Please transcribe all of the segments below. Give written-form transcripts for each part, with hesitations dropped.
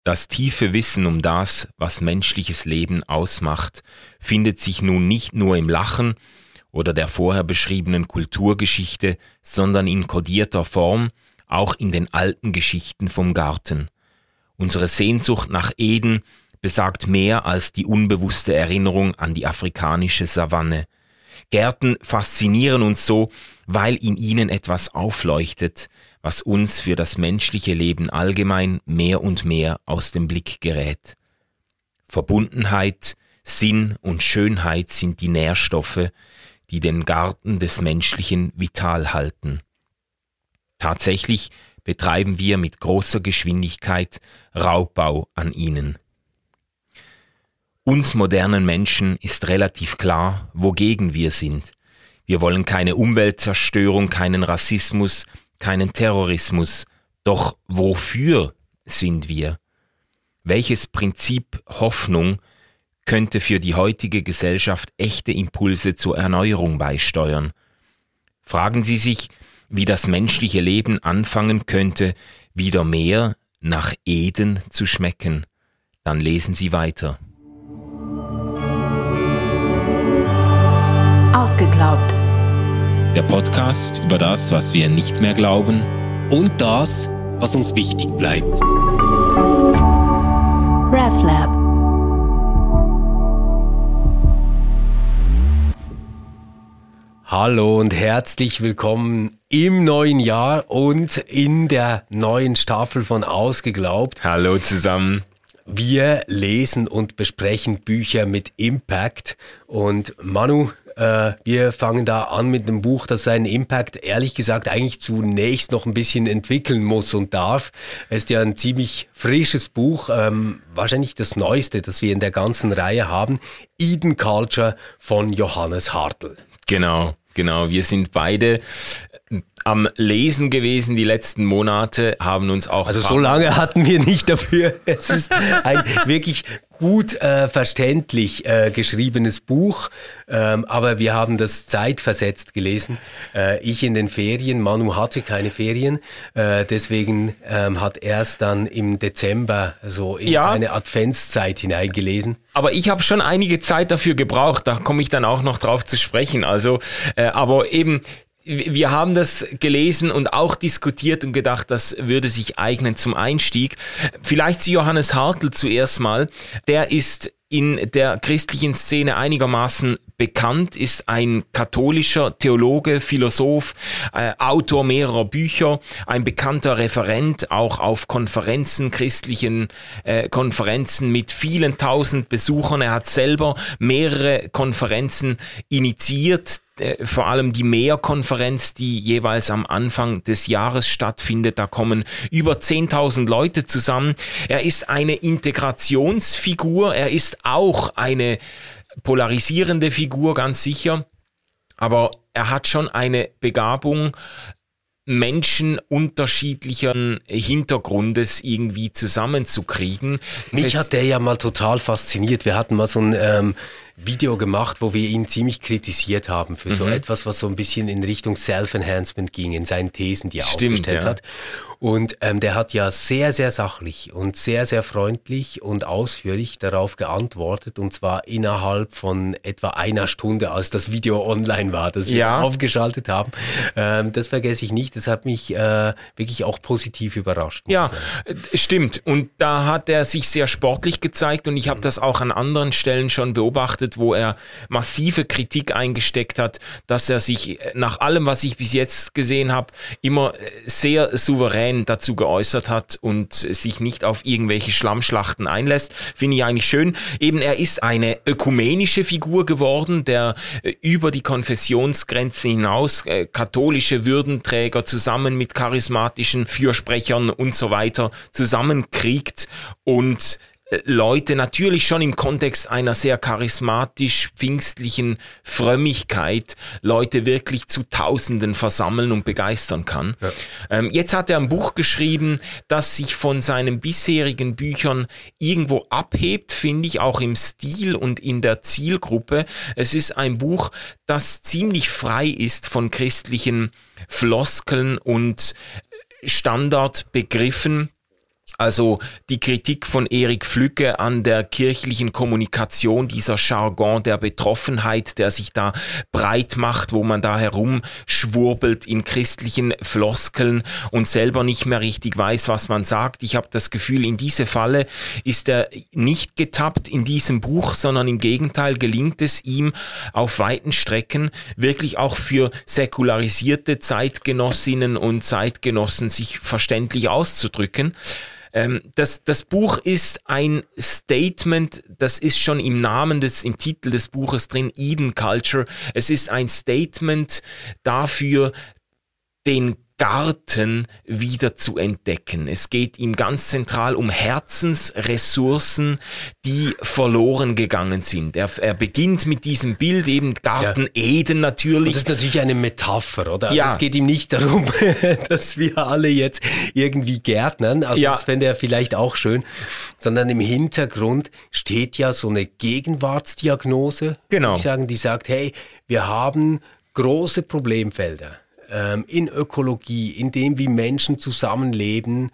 Das tiefe Wissen um das, was menschliches Leben ausmacht, findet sich nun nicht nur im Lachen oder der vorher beschriebenen Kulturgeschichte, sondern in kodierter Form auch in den alten Geschichten vom Garten. Unsere Sehnsucht nach Eden besagt mehr als die unbewusste Erinnerung an die afrikanische Savanne. Gärten faszinieren uns so, weil in ihnen etwas aufleuchtet, was uns für das menschliche Leben allgemein mehr und mehr aus dem Blick gerät. Verbundenheit, Sinn und Schönheit sind die Nährstoffe, die den Garten des Menschlichen vital halten. Tatsächlich betreiben wir mit großer Geschwindigkeit Raubbau an ihnen. Uns modernen Menschen ist relativ klar, wogegen wir sind. Wir wollen keine Umweltzerstörung, keinen Rassismus, keinen Terrorismus. Doch wofür sind wir? Welches Prinzip Hoffnung könnte für die heutige Gesellschaft echte Impulse zur Erneuerung beisteuern? Fragen Sie sich, wie das menschliche Leben anfangen könnte, wieder mehr nach Eden zu schmecken. Dann lesen Sie weiter. Ausgeglaubt. Der Podcast über das, was wir nicht mehr glauben und das, was uns wichtig bleibt. RefLab. Hallo und herzlich willkommen im neuen Jahr und in der neuen Staffel von Ausgeglaubt. Hallo zusammen. Wir lesen und besprechen Bücher mit Impact und Manu, wir fangen da an mit einem Buch, das seinen Impact ehrlich gesagt eigentlich zunächst noch ein bisschen entwickeln muss und darf. Es ist ja ein ziemlich frisches Buch, wahrscheinlich das Neueste, das wir in der ganzen Reihe haben. Eden Culture von Johannes Hartl. Genau. Wir sind beide am Lesen gewesen die letzten Monate, haben uns auch... Also so lange hatten wir nicht dafür. Es ist ein wirklich gut verständlich geschriebenes Buch, aber wir haben das zeitversetzt gelesen. Ich in den Ferien, Manu hatte keine Ferien, deswegen hat er es dann im Dezember so in seine Adventszeit hineingelesen. Aber ich habe schon einige Zeit dafür gebraucht, da komme ich dann auch noch drauf zu sprechen. Also, aber eben... Wir haben das gelesen und auch diskutiert und gedacht, das würde sich eignen zum Einstieg. Vielleicht zu Johannes Hartl zuerst mal. Der ist in der christlichen Szene einigermaßen bekannt, ist ein katholischer Theologe, Philosoph, Autor mehrerer Bücher, ein bekannter Referent auch auf Konferenzen, christlichen Konferenzen mit vielen tausend Besuchern. Er hat selber mehrere Konferenzen initiiert, vor allem die Mehrkonferenz, die jeweils am Anfang des Jahres stattfindet. Da kommen über 10.000 Leute zusammen. Er ist eine Integrationsfigur, er ist auch eine polarisierende Figur, ganz sicher. Aber er hat schon eine Begabung, Menschen unterschiedlichen Hintergrundes irgendwie zusammenzukriegen. Mich hat der ja mal total fasziniert. Wir hatten mal so ein Video gemacht, wo wir ihn ziemlich kritisiert haben für so etwas, was so ein bisschen in Richtung Self-Enhancement ging, in seinen Thesen, die er aufgestellt hat. Und der hat ja sehr, sehr sachlich und sehr, sehr freundlich und ausführlich darauf geantwortet, und zwar innerhalb von etwa einer Stunde, als das Video online war, das wir aufgeschaltet haben. Das vergesse ich nicht, das hat mich wirklich auch positiv überrascht. Ja, stimmt. Und da hat er sich sehr sportlich gezeigt, und ich habe das auch an anderen Stellen schon beobachtet, wo er massive Kritik eingesteckt hat, dass er sich nach allem, was ich bis jetzt gesehen habe, immer sehr souverän dazu geäußert hat und sich nicht auf irgendwelche Schlammschlachten einlässt. Finde ich eigentlich schön. Eben, er ist eine ökumenische Figur geworden, der über die Konfessionsgrenze hinaus katholische Würdenträger zusammen mit charismatischen Fürsprechern und so weiter zusammenkriegt und Leute natürlich schon im Kontext einer sehr charismatisch-pfingstlichen Frömmigkeit Leute wirklich zu Tausenden versammeln und begeistern kann. Ja. Jetzt hat er ein Buch geschrieben, das sich von seinen bisherigen Büchern irgendwo abhebt, finde ich, auch im Stil und in der Zielgruppe. Es ist ein Buch, das ziemlich frei ist von christlichen Floskeln und Standardbegriffen. Also die Kritik von Erik Flügge an der kirchlichen Kommunikation, dieser Jargon der Betroffenheit, der sich da breit macht, wo man da herumschwurbelt in christlichen Floskeln und selber nicht mehr richtig weiß, was man sagt. Ich habe das Gefühl, in diese Falle ist er nicht getappt in diesem Buch, sondern im Gegenteil gelingt es ihm auf weiten Strecken wirklich auch für säkularisierte Zeitgenossinnen und Zeitgenossen sich verständlich auszudrücken. Das Buch ist ein Statement, das ist schon im Titel des Buches drin, Eden Culture. Es ist ein Statement dafür, den Garten wieder zu entdecken. Es geht ihm ganz zentral um Herzensressourcen, die verloren gegangen sind. Er beginnt mit diesem Bild, eben Garten Eden natürlich. Und das ist natürlich eine Metapher, oder? Also es geht ihm nicht darum, dass wir alle jetzt irgendwie gärtnern, also das fände er vielleicht auch schön, sondern im Hintergrund steht ja so eine Gegenwartsdiagnose, würde ich sagen, die sagt, hey, wir haben große Problemfelder. In Ökologie, in dem, wie Menschen zusammenleben,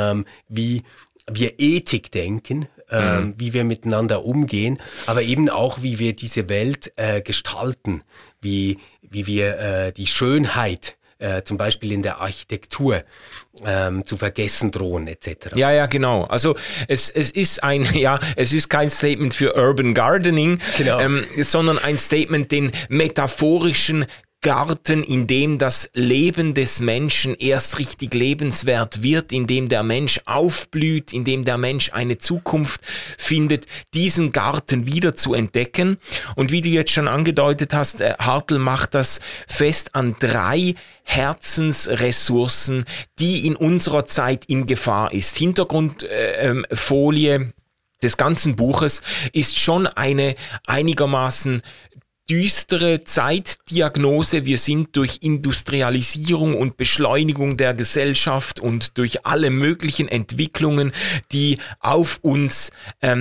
wie wir Ethik denken, wie wir miteinander umgehen, aber eben auch, wie wir diese Welt gestalten, wie wir die Schönheit zum Beispiel in der Architektur zu vergessen drohen, etc. Ja, genau. Also es ist kein Statement für Urban Gardening, sondern ein Statement, den metaphorischen Garten, in dem das Leben des Menschen erst richtig lebenswert wird, in dem der Mensch aufblüht, in dem der Mensch eine Zukunft findet, diesen Garten wieder zu entdecken. Und wie du jetzt schon angedeutet hast, Hartl macht das fest an 3 Herzensressourcen, die in unserer Zeit in Gefahr ist. Hintergrundfolie des ganzen Buches ist schon eine einigermaßen düstere Zeitdiagnose. Wir sind durch Industrialisierung und Beschleunigung der Gesellschaft und durch alle möglichen Entwicklungen, die auf uns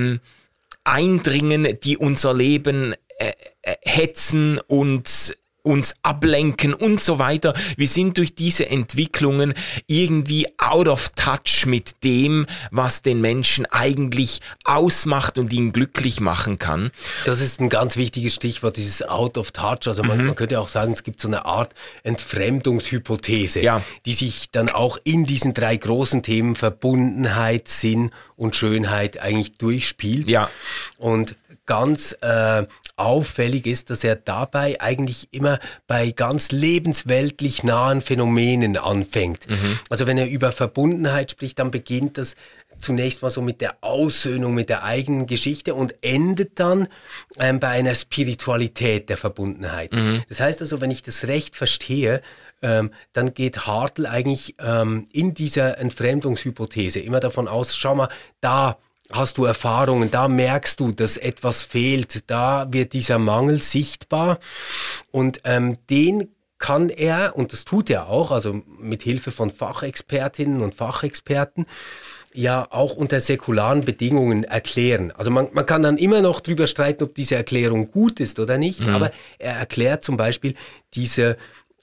eindringen, die unser Leben hetzen und uns ablenken und so weiter. Wir sind durch diese Entwicklungen irgendwie out of touch mit dem, was den Menschen eigentlich ausmacht und ihn glücklich machen kann. Das ist ein ganz wichtiges Stichwort, dieses out of touch. Also man könnte auch sagen, es gibt so eine Art Entfremdungshypothese, die sich dann auch in diesen 3 großen Themen Verbundenheit, Sinn und Schönheit eigentlich durchspielt. Ja. Und ganz auffällig ist, dass er dabei eigentlich immer bei ganz lebensweltlich nahen Phänomenen anfängt. Also wenn er über Verbundenheit spricht, dann beginnt das zunächst mal so mit der Aussöhnung, mit der eigenen Geschichte und endet dann bei einer Spiritualität der Verbundenheit. Das heißt also, wenn ich das recht verstehe, dann geht Hartl eigentlich in dieser Entfremdungshypothese immer davon aus, schau mal, da hast du Erfahrungen, da merkst du, dass etwas fehlt, da wird dieser Mangel sichtbar und den kann er, und das tut er auch, also mit Hilfe von Fachexpertinnen und Fachexperten, ja auch unter säkularen Bedingungen erklären. Also man kann dann immer noch drüber streiten, ob diese Erklärung gut ist oder nicht, aber er erklärt zum Beispiel diese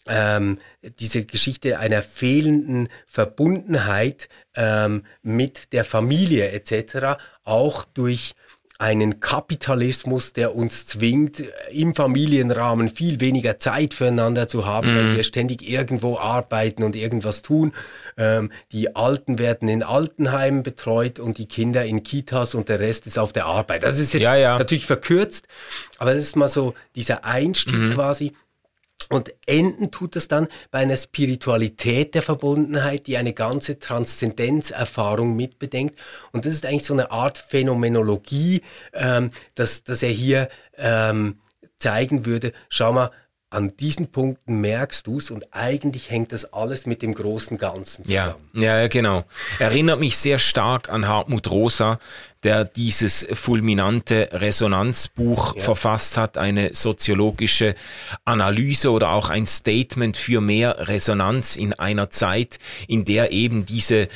Geschichte einer fehlenden Verbundenheit mit der Familie etc. auch durch einen Kapitalismus, der uns zwingt, im Familienrahmen viel weniger Zeit füreinander zu haben, weil wir ständig irgendwo arbeiten und irgendwas tun. Die Alten werden in Altenheimen betreut und die Kinder in Kitas und der Rest ist auf der Arbeit. Das ist jetzt natürlich verkürzt, aber das ist mal so dieser Einstieg quasi. Und enden tut es dann bei einer Spiritualität der Verbundenheit, die eine ganze Transzendenzerfahrung mitbedenkt. Und das ist eigentlich so eine Art Phänomenologie, dass er hier zeigen würde, schau mal, an diesen Punkten merkst du es und eigentlich hängt das alles mit dem großen Ganzen zusammen. Ja, genau. Erinnert mich sehr stark an Hartmut Rosa, der dieses fulminante Resonanzbuch verfasst hat, eine soziologische Analyse oder auch ein Statement für mehr Resonanz in einer Zeit, in der eben diese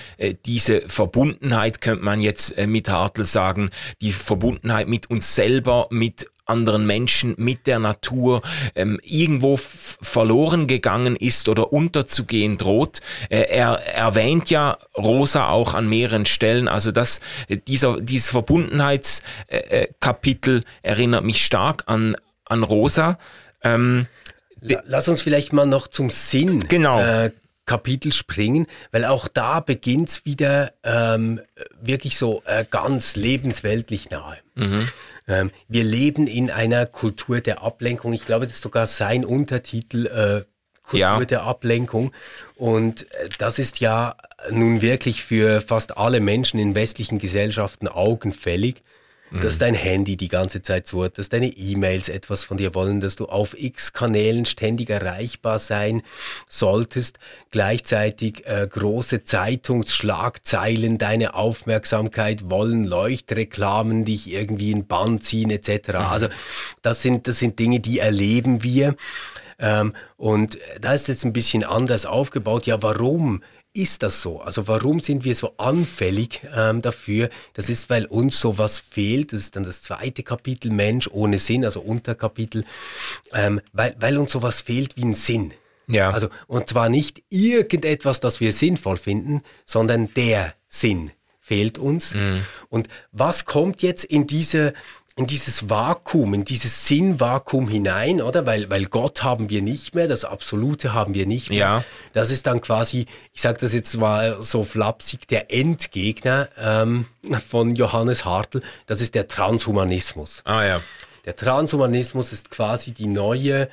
Verbundenheit, könnte man jetzt mit Hartl sagen, die Verbundenheit mit uns selber, mit anderen Menschen, mit der Natur irgendwo verloren gegangen ist oder unterzugehen droht. Er erwähnt ja Rosa auch an mehreren Stellen, also dieses Verbundenheitskapitel erinnert mich stark an Rosa. Lass uns vielleicht mal noch zum Sinn Kapitel springen, weil auch da beginnt es wieder wirklich so ganz lebensweltlich nahe. Wir leben in einer Kultur der Ablenkung. Ich glaube, das ist sogar sein Untertitel, Kultur der Ablenkung. Und das ist ja nun wirklich für fast alle Menschen in westlichen Gesellschaften augenfällig, dass dein Handy die ganze Zeit surrt, dass deine E-Mails etwas von dir wollen, dass du auf X-Kanälen ständig erreichbar sein solltest, gleichzeitig große Zeitungsschlagzeilen deine Aufmerksamkeit wollen, Leuchtreklamen dich irgendwie in Bann ziehen etc. Also das sind Dinge, die erleben wir. Und da ist jetzt ein bisschen anders aufgebaut. Ja, warum ist das so? Also warum sind wir so anfällig dafür? Das ist, weil uns sowas fehlt. Das ist dann das zweite Kapitel, Mensch ohne Sinn, also Unterkapitel. Weil uns sowas fehlt wie ein Sinn. Ja. Also, und zwar nicht irgendetwas, das wir sinnvoll finden, sondern der Sinn fehlt uns. Und was kommt jetzt in dieses Vakuum, in dieses Sinnvakuum hinein, oder? Weil Gott haben wir nicht mehr, das Absolute haben wir nicht mehr. Ja. Das ist dann quasi, ich sage das jetzt mal so flapsig, der Endgegner von Johannes Hartl, das ist der Transhumanismus. Ah ja. Der Transhumanismus ist quasi die neue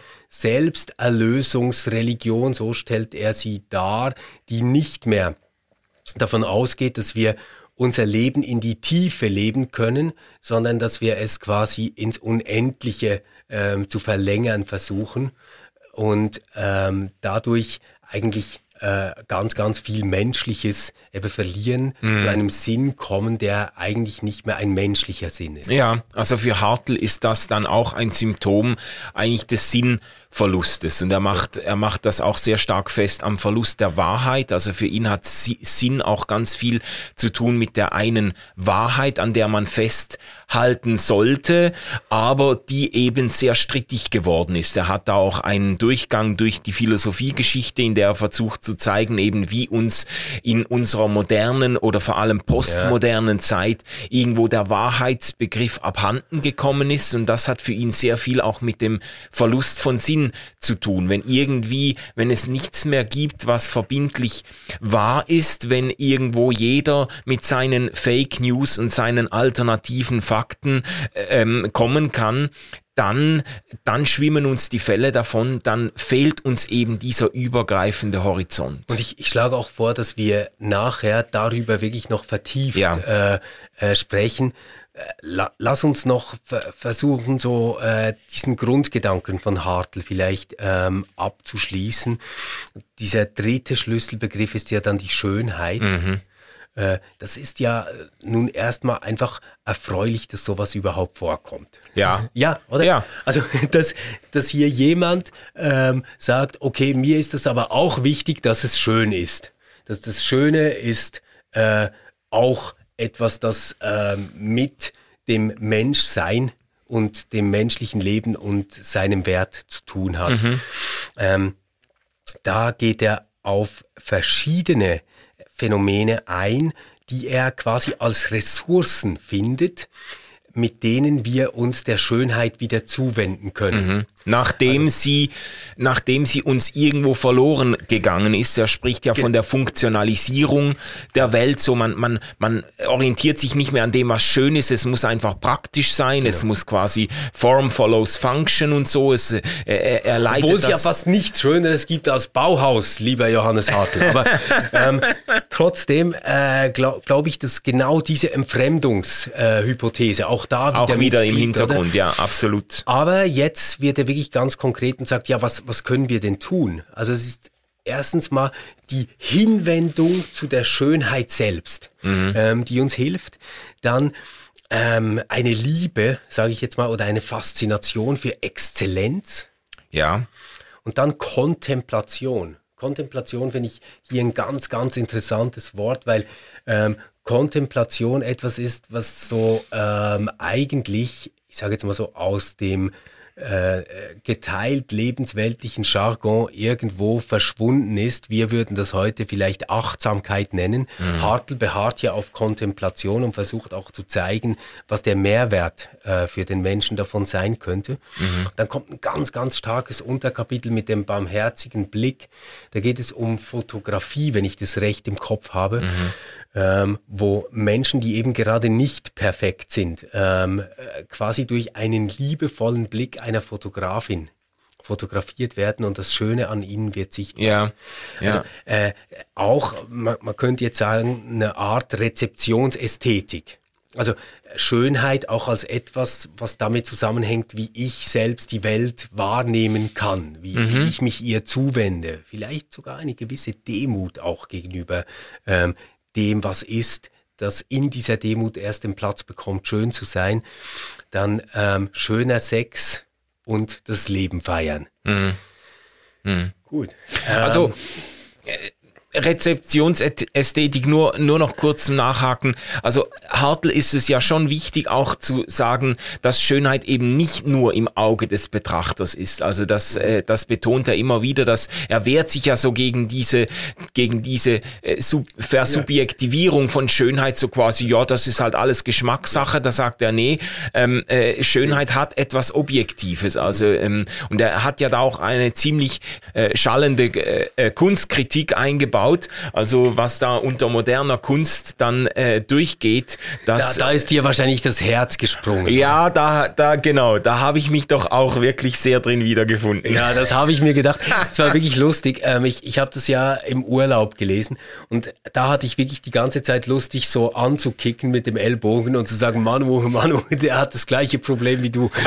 Selbsterlösungsreligion, so stellt er sie dar, die nicht mehr davon ausgeht, dass wir unser Leben in die Tiefe leben können, sondern dass wir es quasi ins Unendliche zu verlängern versuchen und dadurch eigentlich ganz, ganz viel Menschliches verlieren, zu einem Sinn kommen, der eigentlich nicht mehr ein menschlicher Sinn ist. Ja, also für Hartl ist das dann auch ein Symptom eigentlich des Sinnverlustes und er macht das auch sehr stark fest am Verlust der Wahrheit. Also für ihn hat Sinn auch ganz viel zu tun mit der einen Wahrheit, an der man festhalten sollte, aber die eben sehr strittig geworden ist. Er hat da auch einen Durchgang durch die Philosophiegeschichte, in der er versucht zu zeigen, eben wie uns in unserer modernen oder vor allem postmodernen Zeit irgendwo der Wahrheitsbegriff abhanden gekommen ist und das hat für ihn sehr viel auch mit dem Verlust von Sinn zu tun. Wenn es nichts mehr gibt, was verbindlich wahr ist, wenn irgendwo jeder mit seinen Fake News und seinen alternativen Fakten kommen kann, dann schwimmen uns die Fälle davon, dann fehlt uns eben dieser übergreifende Horizont. Und ich schlage auch vor, dass wir nachher darüber wirklich noch vertieft sprechen. Lass uns noch versuchen, so diesen Grundgedanken von Hartl vielleicht abzuschließen. Dieser dritte Schlüsselbegriff ist ja dann die Schönheit. Das ist ja nun erstmal einfach erfreulich, dass sowas überhaupt vorkommt. Ja. Ja, oder? Ja. Also, dass hier jemand sagt, okay, mir ist es aber auch wichtig, dass es schön ist. Dass das Schöne ist auch etwas, das mit dem Menschsein und dem menschlichen Leben und seinem Wert zu tun hat. Da geht er auf verschiedene Phänomene ein, die er quasi als Ressourcen findet, mit denen wir uns der Schönheit wieder zuwenden können. Nachdem sie uns irgendwo verloren gegangen ist. Er spricht ja von der Funktionalisierung der Welt. So man orientiert sich nicht mehr an dem, was schön ist. Es muss einfach praktisch sein. Genau. Es muss quasi Form follows Function und so. Er leitet obwohl es ja fast nichts Schöneres gibt als Bauhaus, lieber Johannes Hartl. Aber trotzdem glaube ich, dass genau diese Entfremdungshypothese auch da wieder im Hintergrund, oder? Ja, absolut. Aber jetzt wird er wirklich ganz konkret und sagt, ja, was können wir denn tun? Also es ist erstens mal die Hinwendung zu der Schönheit selbst, die uns hilft. Dann eine Liebe, sage ich jetzt mal, oder eine Faszination für Exzellenz. Ja. Und dann Kontemplation. Kontemplation finde ich hier ein ganz, ganz interessantes Wort, weil Kontemplation etwas ist, was so eigentlich, ich ich sage jetzt mal so, aus dem geteilt lebensweltlichen Jargon irgendwo verschwunden ist. Wir würden das heute vielleicht Achtsamkeit nennen. Hartl beharrt ja auf Kontemplation und versucht auch zu zeigen, was der Mehrwert für den Menschen davon sein könnte. Dann kommt ein ganz, ganz starkes Unterkapitel mit dem barmherzigen Blick. Da geht es um Fotografie, wenn ich das recht im Kopf habe. Wo Menschen, die eben gerade nicht perfekt sind, quasi durch einen liebevollen Blick einer Fotografin fotografiert werden und das Schöne an ihnen wird sichtbar. Also, auch, man könnte jetzt sagen, eine Art Rezeptionsästhetik. Also Schönheit auch als etwas, was damit zusammenhängt, wie ich selbst die Welt wahrnehmen kann, wie ich mich ihr zuwende. Vielleicht sogar eine gewisse Demut auch gegenüber dem, was ist, das in dieser Demut erst den Platz bekommt, schön zu sein. Dann schöner Sex und das Leben feiern. Gut. Also Rezeptionsästhetik, nur noch kurz zum Nachhaken. Also Hartl ist es ja schon wichtig auch zu sagen, dass Schönheit eben nicht nur im Auge des Betrachters ist. Also das betont er immer wieder, dass er wehrt sich ja so gegen diese Versubjektivierung von Schönheit, so quasi, ja, das ist halt alles Geschmackssache. Da sagt er, nee, Schönheit hat etwas Objektives. Also und er hat ja da auch eine ziemlich schallende Kunstkritik eingebaut. Also was da unter moderner Kunst dann durchgeht, das... Da ist dir wahrscheinlich das Herz gesprungen. Ja, genau, da habe ich mich doch auch wirklich sehr drin wiedergefunden. Ja, das habe ich mir gedacht. Es war wirklich lustig. Ich habe das ja im Urlaub gelesen und da hatte ich wirklich die ganze Zeit Lust, dich so anzukicken mit dem Ellbogen und zu sagen, Manu, der hat das gleiche Problem wie du.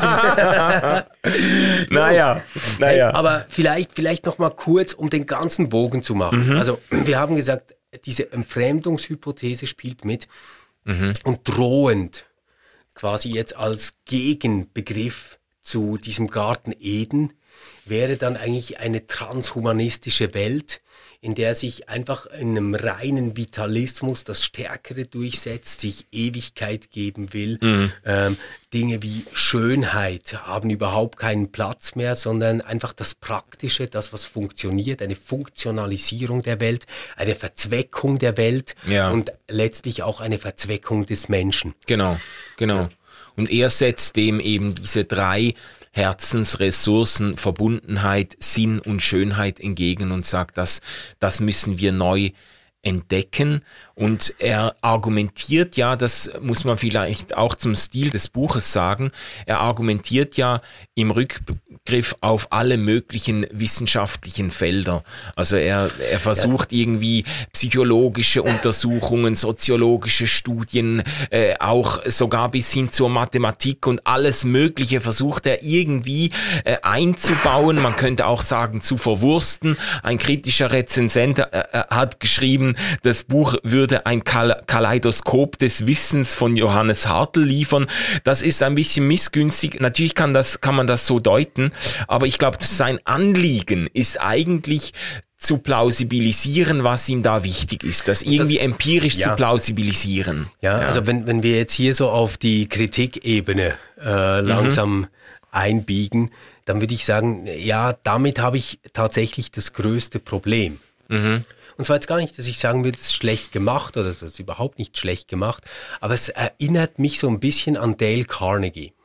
Naja. Aber vielleicht noch mal kurz, um den ganzen Bogen zu machen. Also wir haben gesagt, diese Entfremdungshypothese spielt mit und drohend quasi jetzt als Gegenbegriff zu diesem Garten Eden wäre dann eigentlich eine transhumanistische Welt, in der sich einfach in einem reinen Vitalismus das Stärkere durchsetzt, sich Ewigkeit geben will. Dinge wie Schönheit haben überhaupt keinen Platz mehr, sondern einfach das Praktische, das, was funktioniert, eine Funktionalisierung der Welt, eine Verzweckung der Welt und letztlich auch eine Verzweckung des Menschen. Genau. Und er setzt dem eben diese drei Herzensressourcen, Verbundenheit, Sinn und Schönheit entgegen und sagt, das müssen wir neu entdecken. Und er argumentiert ja, das muss man vielleicht auch zum Stil des Buches sagen, er argumentiert ja im Rückgriff auf alle möglichen wissenschaftlichen Felder. Also er versucht irgendwie psychologische Untersuchungen, soziologische Studien, auch sogar bis hin zur Mathematik und alles Mögliche versucht er irgendwie einzubauen. Man könnte auch sagen, zu verwursten. Ein kritischer Rezensent hat geschrieben, das Buch würde ein Kaleidoskop des Wissens von Johannes Hartl liefern. Das ist ein bisschen missgünstig. Natürlich kann man das so deuten, aber ich glaube, sein Anliegen ist eigentlich zu plausibilisieren, was ihm da wichtig ist, das irgendwie empirisch zu plausibilisieren. Ja, also wenn wir jetzt hier so auf die Kritikebene langsam einbiegen, dann würde ich sagen, ja, damit habe ich tatsächlich das größte Problem. Und zwar jetzt gar nicht, dass ich sagen würde, es ist schlecht gemacht oder es ist überhaupt nicht schlecht gemacht, aber es erinnert mich so ein bisschen an Dale Carnegie.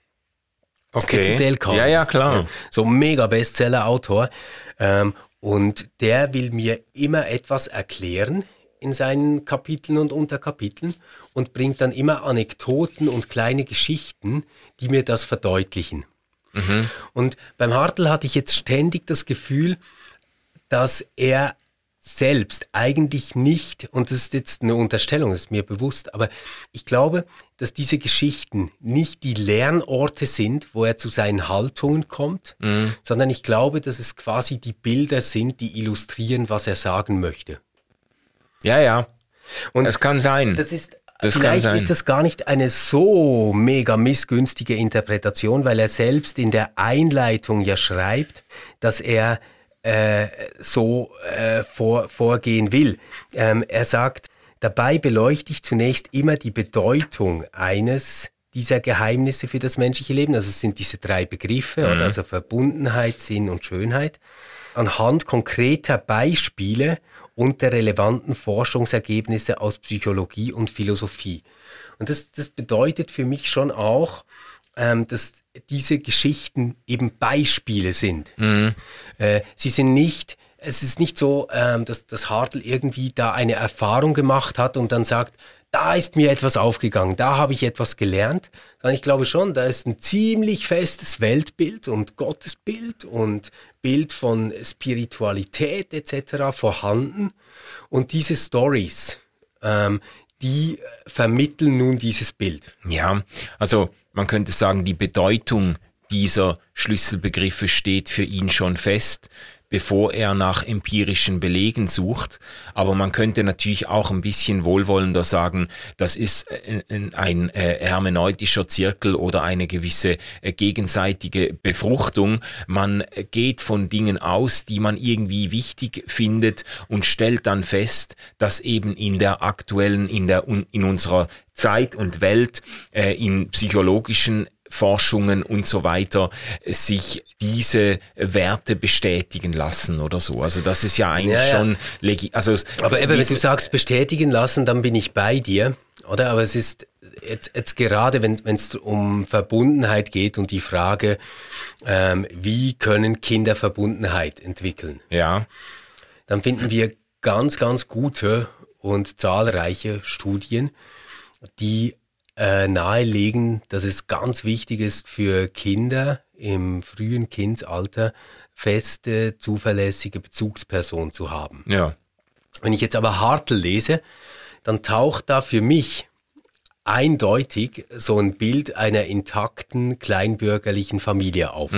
Okay. Dale Carnegie. Ja, klar. Ja. So ein mega Bestseller-Autor. Und der will mir immer etwas erklären in seinen Kapiteln und Unterkapiteln und bringt dann immer Anekdoten und kleine Geschichten, die mir das verdeutlichen. Und beim Hartl hatte ich jetzt ständig das Gefühl, dass er selbst eigentlich nicht, und das ist jetzt eine Unterstellung, das ist mir bewusst, aber ich glaube, dass diese Geschichten nicht die Lernorte sind, wo er zu seinen Haltungen kommt, sondern ich glaube, dass es quasi die Bilder sind, die illustrieren, was er sagen möchte. Ja. Und das kann sein. Vielleicht ist das gar nicht eine so mega missgünstige Interpretation, weil er selbst in der Einleitung ja schreibt, dass er vorgehen will. Er sagt, dabei beleuchte ich zunächst immer die Bedeutung eines dieser Geheimnisse für das menschliche Leben. Also es sind diese 3 Begriffe, oder? Also Verbundenheit, Sinn und Schönheit, anhand konkreter Beispiele und der relevanten Forschungsergebnisse aus Psychologie und Philosophie. Und das bedeutet für mich schon auch, dass diese Geschichten eben Beispiele sind. Sie sind nicht, es ist nicht so, dass Hartl irgendwie da eine Erfahrung gemacht hat und dann sagt, da ist mir etwas aufgegangen, da habe ich etwas gelernt. Sondern ich glaube schon, da ist ein ziemlich festes Weltbild und Gottesbild und Bild von Spiritualität etc. vorhanden. Und diese Stories, die vermitteln nun dieses Bild. Ja, also man könnte sagen, die Bedeutung dieser Schlüsselbegriffe steht für ihn schon fest, bevor er nach empirischen Belegen sucht. Aber man könnte natürlich auch ein bisschen wohlwollender sagen, das ist ein hermeneutischer Zirkel oder eine gewisse gegenseitige Befruchtung. Man geht von Dingen aus, die man irgendwie wichtig findet und stellt dann fest, dass eben in der aktuellen, in unserer Zeit und Welt, in psychologischen Forschungen und so weiter sich diese Werte bestätigen lassen oder so. Also das ist ja eigentlich schon aber eben, wenn du sagst bestätigen lassen, dann bin ich bei dir, oder? Aber es ist jetzt gerade, wenn es um Verbundenheit geht und die Frage, wie können Kinder Verbundenheit entwickeln? Ja. Dann finden wir ganz, ganz gute und zahlreiche Studien, die nahelegen, dass es ganz wichtig ist für Kinder im frühen Kindsalter feste, zuverlässige Bezugspersonen zu haben. Ja. Wenn ich jetzt aber Hartl lese, dann taucht da für mich eindeutig so ein Bild einer intakten, kleinbürgerlichen Familie auf.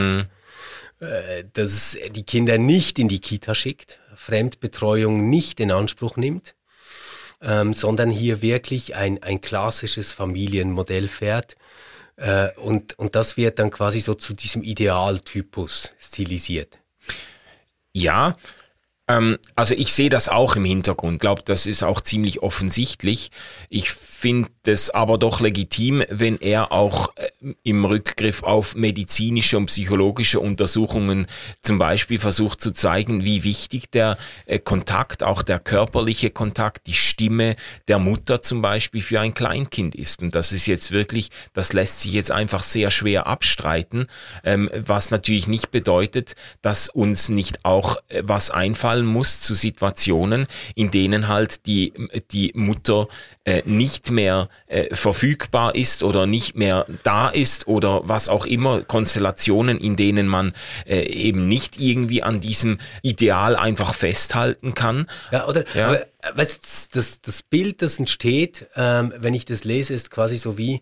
Dass die Kinder nicht in die Kita schickt, Fremdbetreuung nicht in Anspruch nimmt, sondern hier wirklich ein klassisches Familienmodell fährt. Und das wird dann quasi so zu diesem Idealtypus stilisiert. Ja, also ich sehe das auch im Hintergrund. Ich glaube, das ist auch ziemlich offensichtlich. Ich finde es aber doch legitim, wenn er auch im Rückgriff auf medizinische und psychologische Untersuchungen zum Beispiel versucht zu zeigen, wie wichtig der Kontakt, auch der körperliche Kontakt, die Stimme der Mutter zum Beispiel für ein Kleinkind ist. Und das ist jetzt wirklich, das lässt sich jetzt einfach sehr schwer abstreiten, was natürlich nicht bedeutet, dass uns nicht auch was einfallen muss zu Situationen, in denen halt die Mutter nicht mehr verfügbar ist oder nicht mehr da ist oder was auch immer, Konstellationen, in denen man eben nicht irgendwie an diesem Ideal einfach festhalten kann. Ja, oder aber, weißt, das Bild, das entsteht, wenn ich das lese, ist quasi so wie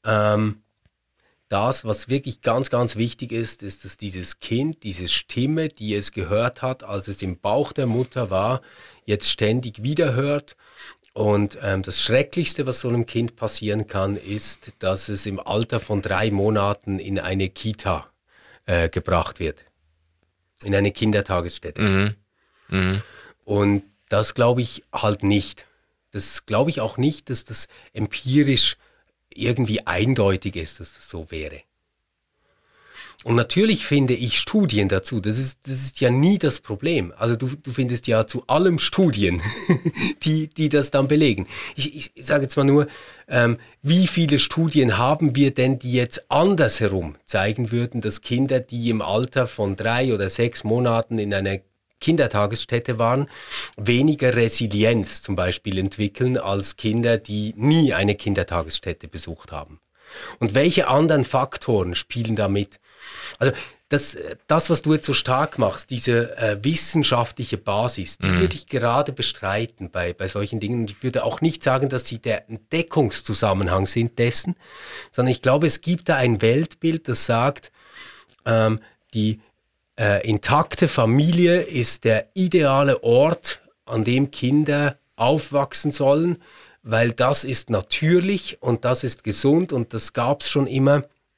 das, was wirklich ganz, ganz wichtig ist, dass dieses Kind, diese Stimme, die es gehört hat, als es im Bauch der Mutter war, jetzt ständig wieder hört. Und das Schrecklichste, was so einem Kind passieren kann, ist, dass es im Alter von 3 Monaten in eine Kita gebracht wird. In eine Kindertagesstätte. Und das glaube ich halt nicht. Das glaube ich auch nicht, dass das empirisch irgendwie eindeutig ist, dass das so wäre. Und natürlich finde ich Studien dazu, das ist ja nie das Problem. Also du findest ja zu allem Studien, die das dann belegen. Ich sage jetzt mal nur, wie viele Studien haben wir denn, die jetzt andersherum zeigen würden, dass Kinder, die im Alter von 3 oder 6 Monaten in einer Kindertagesstätte waren, weniger Resilienz zum Beispiel entwickeln als Kinder, die nie eine Kindertagesstätte besucht haben. Und welche anderen Faktoren spielen da mit? Also das, was du jetzt so stark machst, diese wissenschaftliche Basis, die würde ich gerade bestreiten bei solchen Dingen. Und ich würde auch nicht sagen, dass sie der Entdeckungszusammenhang sind dessen, sondern ich glaube, es gibt da ein Weltbild, das sagt, die intakte Familie ist der ideale Ort, an dem Kinder aufwachsen sollen, weil das ist natürlich und das ist gesund und das gab es schon immer.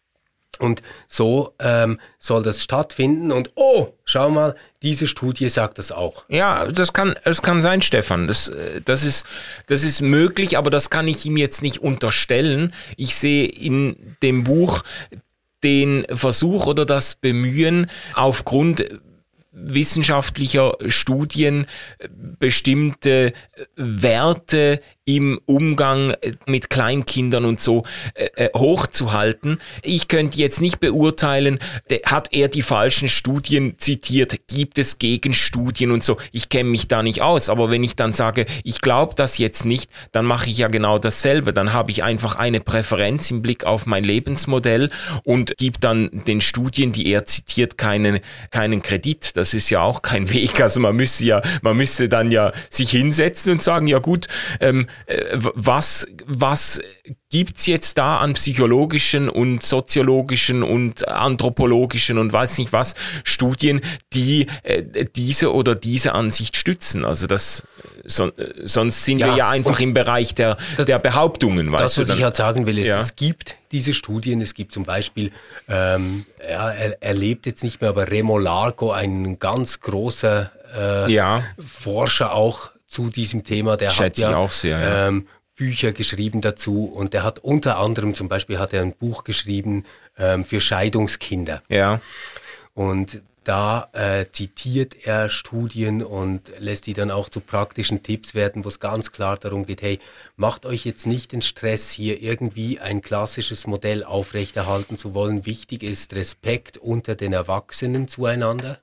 Und so soll das stattfinden und schau mal, diese Studie sagt das auch. Ja, es kann sein, Stefan. Das ist möglich, aber das kann ich ihm jetzt nicht unterstellen. Ich sehe in dem Buch den Versuch oder das Bemühen, aufgrund wissenschaftlicher Studien bestimmte Werte im Umgang mit Kleinkindern und so hochzuhalten. Ich könnte jetzt nicht beurteilen, hat er die falschen Studien zitiert, gibt es Gegenstudien und so. Ich kenne mich da nicht aus, aber wenn ich dann sage, ich glaube das jetzt nicht, dann mache ich ja genau dasselbe. Dann habe ich einfach eine Präferenz im Blick auf mein Lebensmodell und gebe dann den Studien, die er zitiert, keinen Kredit. Das ist ja auch kein Weg. Also man müsste dann ja sich hinsetzen und sagen, ja gut, was gibt's jetzt da an psychologischen und soziologischen und anthropologischen und weiß nicht was Studien, die diese oder diese Ansicht stützen? Also sonst sind wir ja einfach im Bereich der Behauptungen. Das, was ich halt sagen will, ist, es gibt diese Studien, es gibt zum Beispiel, er lebt jetzt nicht mehr, aber Remo Largo, ein ganz großer Forscher auch zu diesem Thema, der schätze hat ich auch sehr, Bücher geschrieben dazu und der hat unter anderem zum Beispiel ein Buch geschrieben für Scheidungskinder. Ja. Und da zitiert er Studien und lässt die dann auch zu praktischen Tipps werden, wo es ganz klar darum geht, hey, macht euch jetzt nicht den Stress, hier irgendwie ein klassisches Modell aufrechterhalten zu wollen. Wichtig ist Respekt unter den Erwachsenen zueinander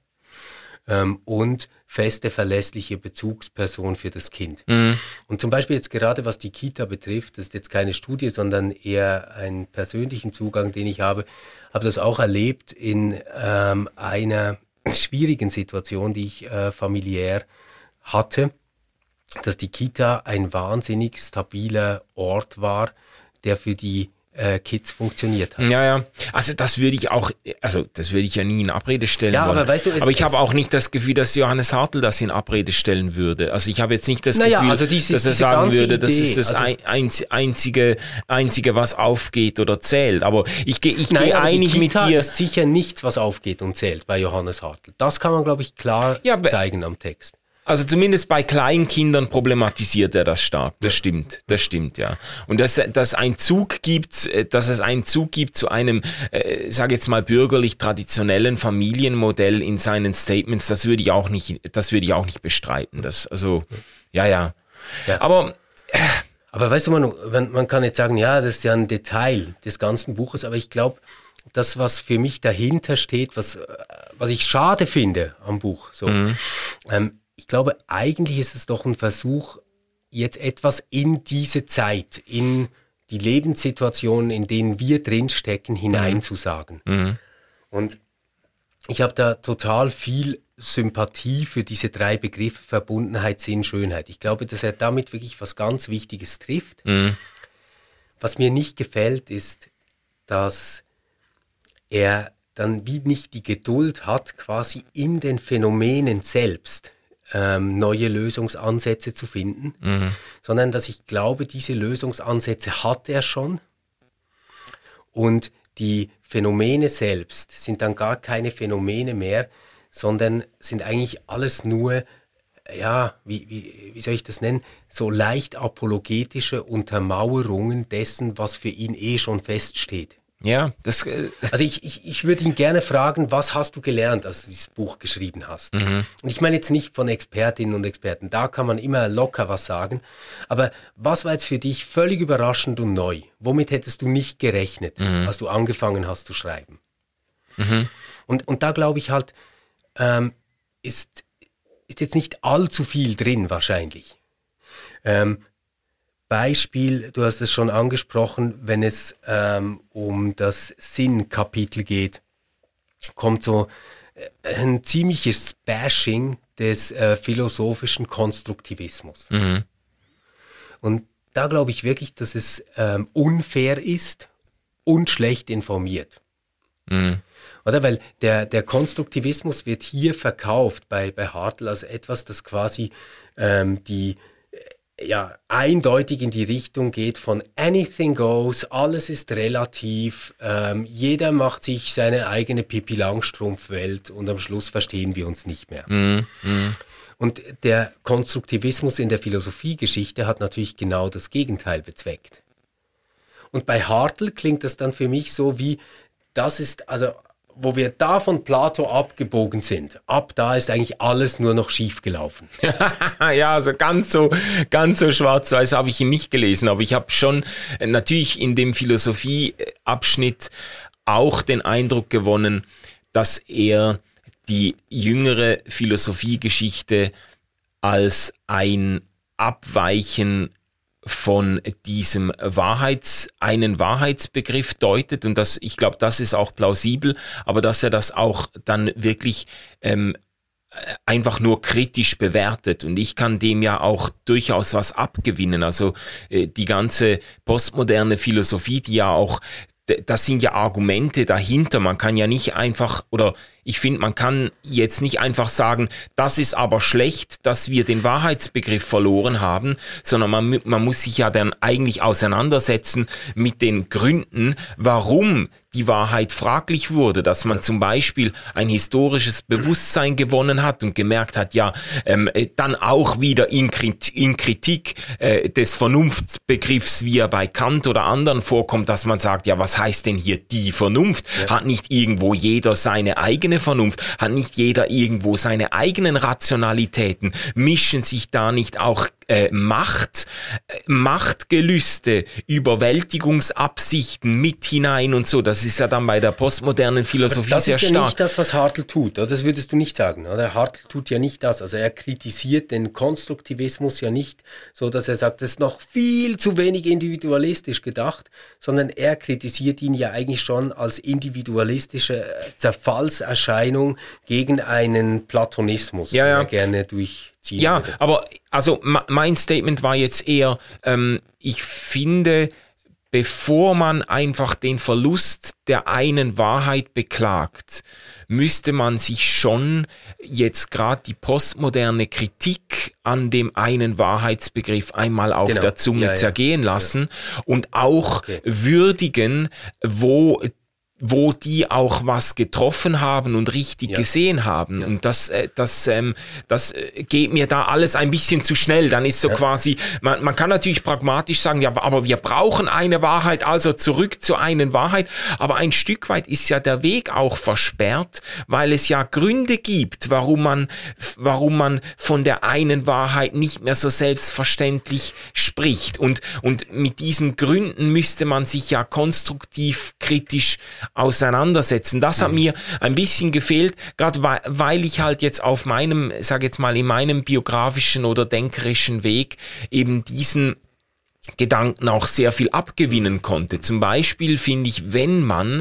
und feste, verlässliche Bezugsperson für das Kind. Mhm. Und zum Beispiel jetzt gerade, was die Kita betrifft, das ist jetzt keine Studie, sondern eher einen persönlichen Zugang, den ich habe das auch erlebt in einer schwierigen Situation, die ich familiär hatte, dass die Kita ein wahnsinnig stabiler Ort war, der für die Kids funktioniert hat. Ja. Also das würde ich ja nie in Abrede stellen wollen. Aber weißt du, aber ich habe auch nicht das Gefühl, dass Johannes Hartl das in Abrede stellen würde. Also ich habe jetzt nicht das Gefühl, dass er sagen würde, Idee, das ist das einzige, was aufgeht oder zählt. Aber ich gehe einig mit dir. Ist sicher nichts, was aufgeht und zählt bei Johannes Hartl. Das kann man, glaube ich, klar zeigen am Text. Also zumindest bei Kleinkindern problematisiert er das stark. Das stimmt, ja. Und dass es einen Zug gibt zu einem, sage jetzt mal bürgerlich traditionellen Familienmodell in seinen Statements, das würde ich auch nicht bestreiten. Ja. Aber weißt du, man kann jetzt sagen, ja, das ist ja ein Detail des ganzen Buches, aber ich glaube, das, was für mich dahinter steht, was ich schade finde am Buch, ich glaube, eigentlich ist es doch ein Versuch, jetzt etwas in diese Zeit, in die Lebenssituationen, in denen wir drinstecken, hineinzusagen. Mhm. Und ich habe da total viel Sympathie für diese 3 Begriffe Verbundenheit, Sinn, Schönheit. Ich glaube, dass er damit wirklich was ganz Wichtiges trifft. Mhm. Was mir nicht gefällt, ist, dass er dann wie nicht die Geduld hat, quasi in den Phänomenen selbst neue Lösungsansätze zu finden, sondern dass ich glaube, diese Lösungsansätze hat er schon und die Phänomene selbst sind dann gar keine Phänomene mehr, sondern sind eigentlich alles nur, wie soll ich das nennen, so leicht apologetische Untermauerungen dessen, was für ihn schon feststeht. Ja, also ich würde ihn gerne fragen, was hast du gelernt, als du dieses Buch geschrieben hast? Mhm. Und ich meine jetzt nicht von Expertinnen und Experten, da kann man immer locker was sagen, aber was war jetzt für dich völlig überraschend und neu? Womit hättest du nicht gerechnet, als du angefangen hast zu schreiben? Mhm. Und da glaube ich halt, ist jetzt nicht allzu viel drin wahrscheinlich. Beispiel, du hast es schon angesprochen, wenn es um das Sinnkapitel geht, kommt so ein ziemliches Bashing des philosophischen Konstruktivismus. Mhm. Und da glaube ich wirklich, dass es unfair ist und schlecht informiert. Mhm. Oder? Weil der Konstruktivismus wird hier verkauft bei Hartl als etwas, das quasi die eindeutig in die Richtung geht von anything goes, alles ist relativ, jeder macht sich seine eigene Pippi-Langstrumpf-Welt und am Schluss verstehen wir uns nicht mehr. Und der Konstruktivismus in der Philosophiegeschichte hat natürlich genau das Gegenteil bezweckt. Und bei Hartl klingt das dann für mich so wie, das ist, also wo wir da von Plato abgebogen sind, ab da ist eigentlich alles nur noch schief gelaufen. Ja, also ganz so schwarz-weiß habe ich ihn nicht gelesen, aber ich habe schon natürlich in dem Philosophieabschnitt auch den Eindruck gewonnen, dass er die jüngere Philosophiegeschichte als ein Abweichen von diesem einen Wahrheitsbegriff deutet, und ich glaube, das ist auch plausibel, aber dass er das auch dann wirklich einfach nur kritisch bewertet, und ich kann dem ja auch durchaus was abgewinnen. Also die ganze postmoderne Philosophie, die ja auch, das sind ja Argumente dahinter, man kann ja nicht einfach, oder ich finde, man kann jetzt nicht einfach sagen, das ist aber schlecht, dass wir den Wahrheitsbegriff verloren haben, sondern man muss sich ja dann eigentlich auseinandersetzen mit den Gründen, warum die Wahrheit fraglich wurde, dass man zum Beispiel ein historisches Bewusstsein gewonnen hat und gemerkt hat, dann auch wieder in Kritik des Vernunftsbegriffs, wie er bei Kant oder anderen vorkommt, dass man sagt, ja, was heißt denn hier die Vernunft? Ja. Hat nicht irgendwo jeder seine eigene Vernunft? Hat nicht jeder irgendwo seine eigenen Rationalitäten? Mischen sich da nicht auch Machtgelüste, Überwältigungsabsichten mit hinein und so? Das ist ja dann bei der postmodernen Philosophie sehr stark. Das ist ja nicht das, was Hartl tut, oder? Das würdest du nicht sagen, oder? Hartl tut ja nicht das. Also er kritisiert den Konstruktivismus ja nicht so, dass er sagt, das ist noch viel zu wenig individualistisch gedacht, sondern er kritisiert ihn ja eigentlich schon als individualistische Zerfallserscheinung gegen einen Platonismus, den er gerne durchziehen würde. Aber also mein Statement war jetzt eher, ich finde, bevor man einfach den Verlust der einen Wahrheit beklagt, müsste man sich schon jetzt gerade die postmoderne Kritik an dem einen Wahrheitsbegriff einmal auf der Zunge zergehen lassen und auch würdigen, wo die auch was getroffen haben und richtig gesehen haben. Und das geht mir da alles ein bisschen zu schnell. Dann ist so quasi, man kann natürlich pragmatisch sagen, ja, aber wir brauchen eine Wahrheit, also zurück zu einer Wahrheit. Aber ein Stück weit ist ja der Weg auch versperrt, weil es ja Gründe gibt, warum man von der einen Wahrheit nicht mehr so selbstverständlich spricht. Und mit diesen Gründen müsste man sich ja konstruktiv, kritisch auseinandersetzen. Das hat mir ein bisschen gefehlt, gerade weil ich halt jetzt auf meinem, sag jetzt mal, in meinem biografischen oder denkerischen Weg eben diesen Gedanken auch sehr viel abgewinnen konnte. Zum Beispiel finde ich, wenn man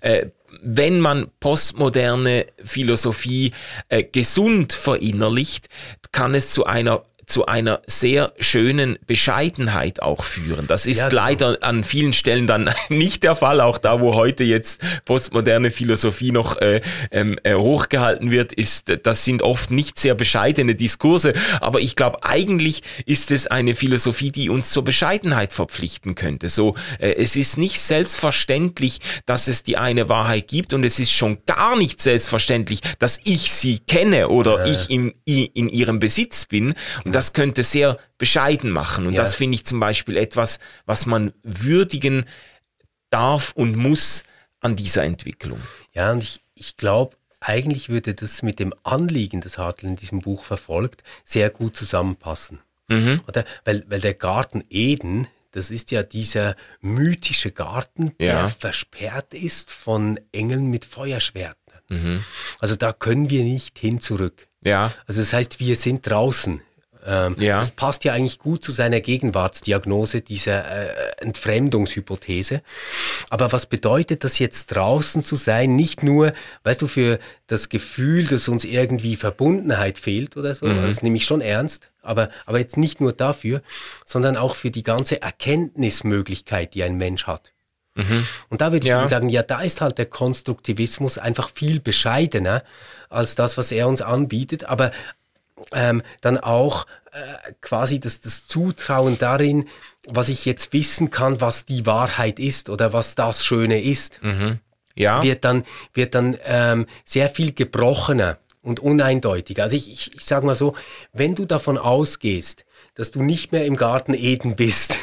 postmoderne Philosophie gesund verinnerlicht, kann es zu einer sehr schönen Bescheidenheit auch führen. Das ist leider an vielen Stellen dann nicht der Fall. Auch da, wo heute jetzt postmoderne Philosophie noch hochgehalten wird, das sind oft nicht sehr bescheidene Diskurse. Aber ich glaube, eigentlich ist es eine Philosophie, die uns zur Bescheidenheit verpflichten könnte. So, es ist nicht selbstverständlich, dass es die eine Wahrheit gibt, und es ist schon gar nicht selbstverständlich, dass ich sie kenne oder ich in ihrem Besitz bin. Und das könnte sehr bescheiden machen. Und das finde ich zum Beispiel etwas, was man würdigen darf und muss an dieser Entwicklung. Ja, und ich glaube, eigentlich würde das mit dem Anliegen, das Hartl in diesem Buch verfolgt, sehr gut zusammenpassen. Oder? Weil der Garten Eden, das ist ja dieser mythische Garten, der versperrt ist von Engeln mit Feuerschwertern. Also da können wir nicht hin zurück. Ja. Also das heißt, wir sind draußen. Das passt ja eigentlich gut zu seiner Gegenwartsdiagnose, dieser Entfremdungshypothese. Aber was bedeutet das jetzt, draußen zu sein? Nicht nur, weißt du, für das Gefühl, dass uns irgendwie Verbundenheit fehlt oder so, das nehme ich schon ernst, aber jetzt nicht nur dafür, sondern auch für die ganze Erkenntnismöglichkeit, die ein Mensch hat. Und da würde ich sagen, da ist halt der Konstruktivismus einfach viel bescheidener als das, was er uns anbietet, aber dann auch quasi das Zutrauen darin, was ich jetzt wissen kann, was die Wahrheit ist oder was das Schöne ist, wird dann sehr viel gebrochener und uneindeutiger. Also ich sage mal so, wenn du davon ausgehst, dass du nicht mehr im Garten Eden bist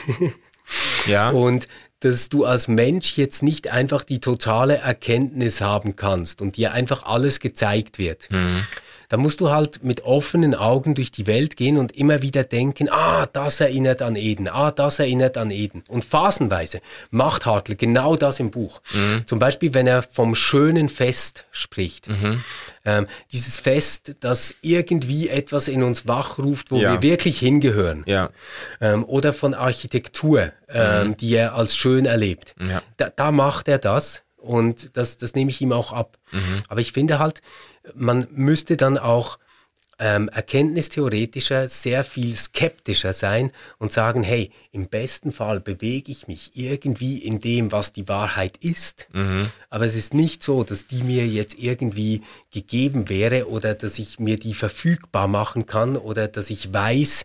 und dass du als Mensch jetzt nicht einfach die totale Erkenntnis haben kannst und dir einfach alles gezeigt wird, dann musst du halt mit offenen Augen durch die Welt gehen und immer wieder denken, das erinnert an Eden, das erinnert an Eden. Und phasenweise macht Hartl genau das im Buch. Zum Beispiel, wenn er vom schönen Fest spricht. Dieses Fest, das irgendwie etwas in uns wachruft, wo wir wirklich hingehören. Oder von Architektur, die er als schön erlebt. Da macht er das. Und das nehme ich ihm auch ab. Aber ich finde halt, man müsste dann auch erkenntnistheoretischer sehr viel skeptischer sein und sagen, hey, im besten Fall bewege ich mich irgendwie in dem, was die Wahrheit ist. Aber es ist nicht so, dass die mir jetzt irgendwie gegeben wäre oder dass ich mir die verfügbar machen kann oder dass ich weiß,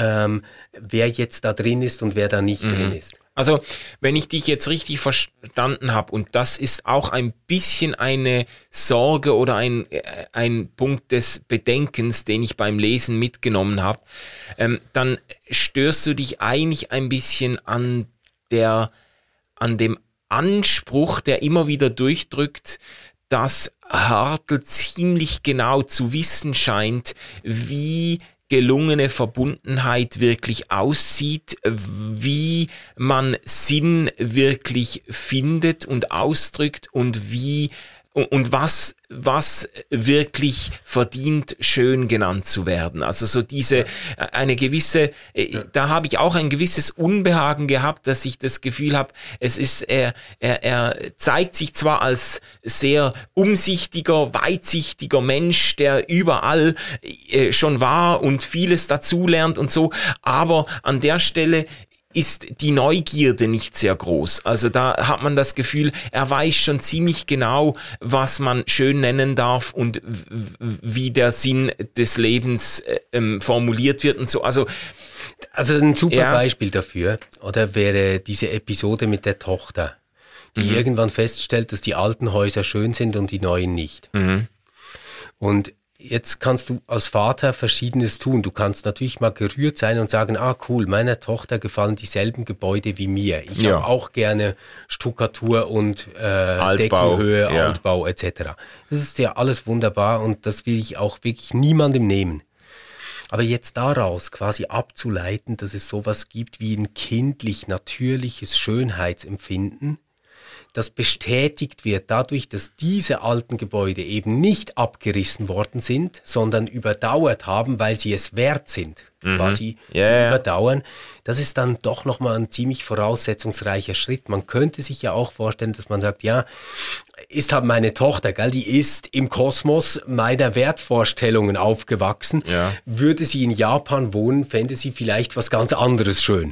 wer jetzt da drin ist und wer da nicht drin ist. Also, wenn ich dich jetzt richtig verstanden habe, und das ist auch ein bisschen eine Sorge oder ein Punkt des Bedenkens, den ich beim Lesen mitgenommen habe, dann störst du dich eigentlich ein bisschen an dem Anspruch, der immer wieder durchdrückt, dass Hartl ziemlich genau zu wissen scheint, wie gelungene Verbundenheit wirklich aussieht, wie man Sinn wirklich findet und ausdrückt und was wirklich verdient, schön genannt zu werden. Also so eine gewisse, da habe ich auch ein gewisses Unbehagen gehabt, dass ich das Gefühl habe, er zeigt sich zwar als sehr umsichtiger, weitsichtiger Mensch, der überall schon war und vieles dazulernt und so, aber an der Stelle ist die Neugierde nicht sehr groß. Also da hat man das Gefühl, er weiß schon ziemlich genau, was man schön nennen darf und wie der Sinn des Lebens formuliert wird und so. Also ein super Beispiel dafür, oder wäre diese Episode mit der Tochter, die irgendwann feststellt, dass die alten Häuser schön sind und die neuen nicht. Und jetzt kannst du als Vater Verschiedenes tun. Du kannst natürlich mal gerührt sein und sagen, cool, meiner Tochter gefallen dieselben Gebäude wie mir. Ich habe auch gerne Stuckatur und Deckenhöhe, Altbau etc. Das ist ja alles wunderbar und das will ich auch wirklich niemandem nehmen. Aber jetzt daraus quasi abzuleiten, dass es sowas gibt wie ein kindlich natürliches Schönheitsempfinden, das bestätigt wird dadurch, dass diese alten Gebäude eben nicht abgerissen worden sind, sondern überdauert haben, weil sie es wert sind, quasi zu überdauern. Das ist dann doch nochmal ein ziemlich voraussetzungsreicher Schritt. Man könnte sich ja auch vorstellen, dass man sagt, ist halt meine Tochter, gell? Die ist im Kosmos meiner Wertvorstellungen aufgewachsen. Würde sie in Japan wohnen, fände sie vielleicht was ganz anderes schön.